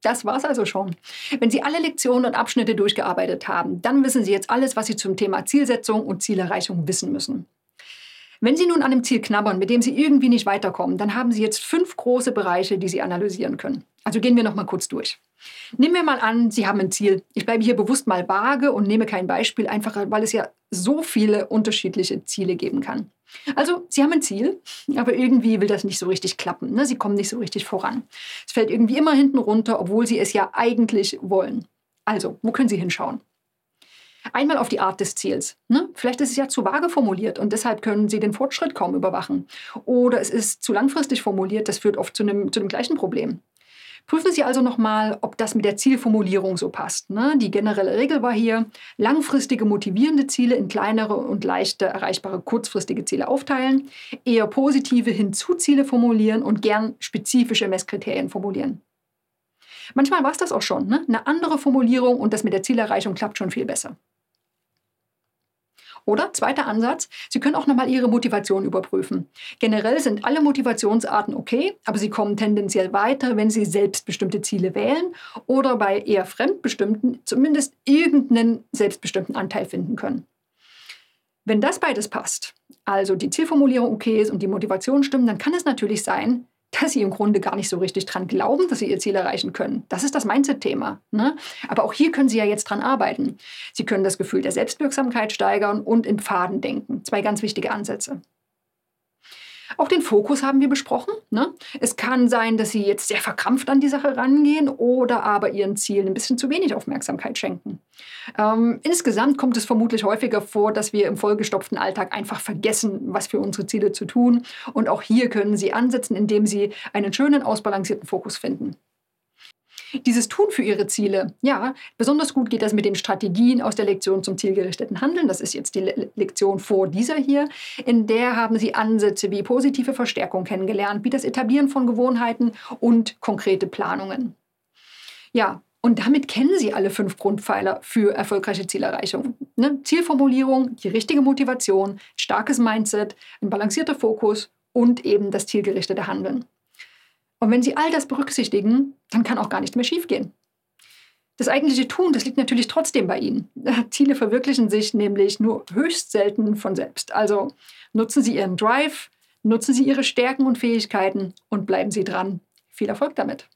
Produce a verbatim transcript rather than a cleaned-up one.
Das war's also schon. Wenn Sie alle Lektionen und Abschnitte durchgearbeitet haben, dann wissen Sie jetzt alles, was Sie zum Thema Zielsetzung und Zielerreichung wissen müssen. Wenn Sie nun an einem Ziel knabbern, mit dem Sie irgendwie nicht weiterkommen, dann haben Sie jetzt fünf große Bereiche, die Sie analysieren können. Also gehen wir noch mal kurz durch. Nehmen wir mal an, Sie haben ein Ziel. Ich bleibe hier bewusst mal vage und nehme kein Beispiel, einfach weil es ja so viele unterschiedliche Ziele geben kann. Also, Sie haben ein Ziel, aber irgendwie will das nicht so richtig klappen. Ne? Sie kommen nicht so richtig voran. Es fällt irgendwie immer hinten runter, obwohl Sie es ja eigentlich wollen. Also, wo können Sie hinschauen? Einmal auf die Art des Ziels. Ne? Vielleicht ist es ja zu vage formuliert und deshalb können Sie den Fortschritt kaum überwachen. Oder es ist zu langfristig formuliert, das führt oft zu einem, zu dem gleichen Problem. Prüfen Sie also nochmal, ob das mit der Zielformulierung so passt. Ne? Die generelle Regel war hier, langfristige motivierende Ziele in kleinere und leichter erreichbare kurzfristige Ziele aufteilen, eher positive Hinzuziele formulieren und gern spezifische Messkriterien formulieren. Manchmal war es das auch schon. Ne? Eine andere Formulierung und das mit der Zielerreichung klappt schon viel besser. Oder zweiter Ansatz, Sie können auch nochmal Ihre Motivation überprüfen. Generell sind alle Motivationsarten okay, aber Sie kommen tendenziell weiter, wenn Sie selbstbestimmte Ziele wählen oder bei eher fremdbestimmten zumindest irgendeinen selbstbestimmten Anteil finden können. Wenn das beides passt, also die Zielformulierung okay ist und die Motivation stimmen, dann kann es natürlich sein, dass Sie im Grunde gar nicht so richtig dran glauben, dass Sie Ihr Ziel erreichen können. Das ist das Mindset-Thema. Ne? Aber auch hier können Sie ja jetzt dran arbeiten. Sie können das Gefühl der Selbstwirksamkeit steigern und in Pfaden denken. Zwei ganz wichtige Ansätze. Auch den Fokus haben wir besprochen. Ne? Es kann sein, dass Sie jetzt sehr verkrampft an die Sache rangehen oder aber Ihren Zielen ein bisschen zu wenig Aufmerksamkeit schenken. Ähm, insgesamt kommt es vermutlich häufiger vor, dass wir im vollgestopften Alltag einfach vergessen, was für unsere Ziele zu tun. Und auch hier können Sie ansetzen, indem Sie einen schönen, ausbalancierten Fokus finden. Dieses Tun für Ihre Ziele, ja, besonders gut geht das mit den Strategien aus der Lektion zum zielgerichteten Handeln. Das ist jetzt die Le- Lektion vor dieser hier. In der haben Sie Ansätze wie positive Verstärkung kennengelernt, wie das Etablieren von Gewohnheiten und konkrete Planungen. Ja, und damit kennen Sie alle fünf Grundpfeiler für erfolgreiche Zielerreichung. Ne? Zielformulierung, die richtige Motivation, starkes Mindset, ein balancierter Fokus und eben das zielgerichtete Handeln. Und wenn Sie all das berücksichtigen, dann kann auch gar nichts mehr schiefgehen. Das eigentliche Tun, das liegt natürlich trotzdem bei Ihnen. Ziele verwirklichen sich nämlich nur höchst selten von selbst. Also nutzen Sie Ihren Drive, nutzen Sie Ihre Stärken und Fähigkeiten und bleiben Sie dran. Viel Erfolg damit!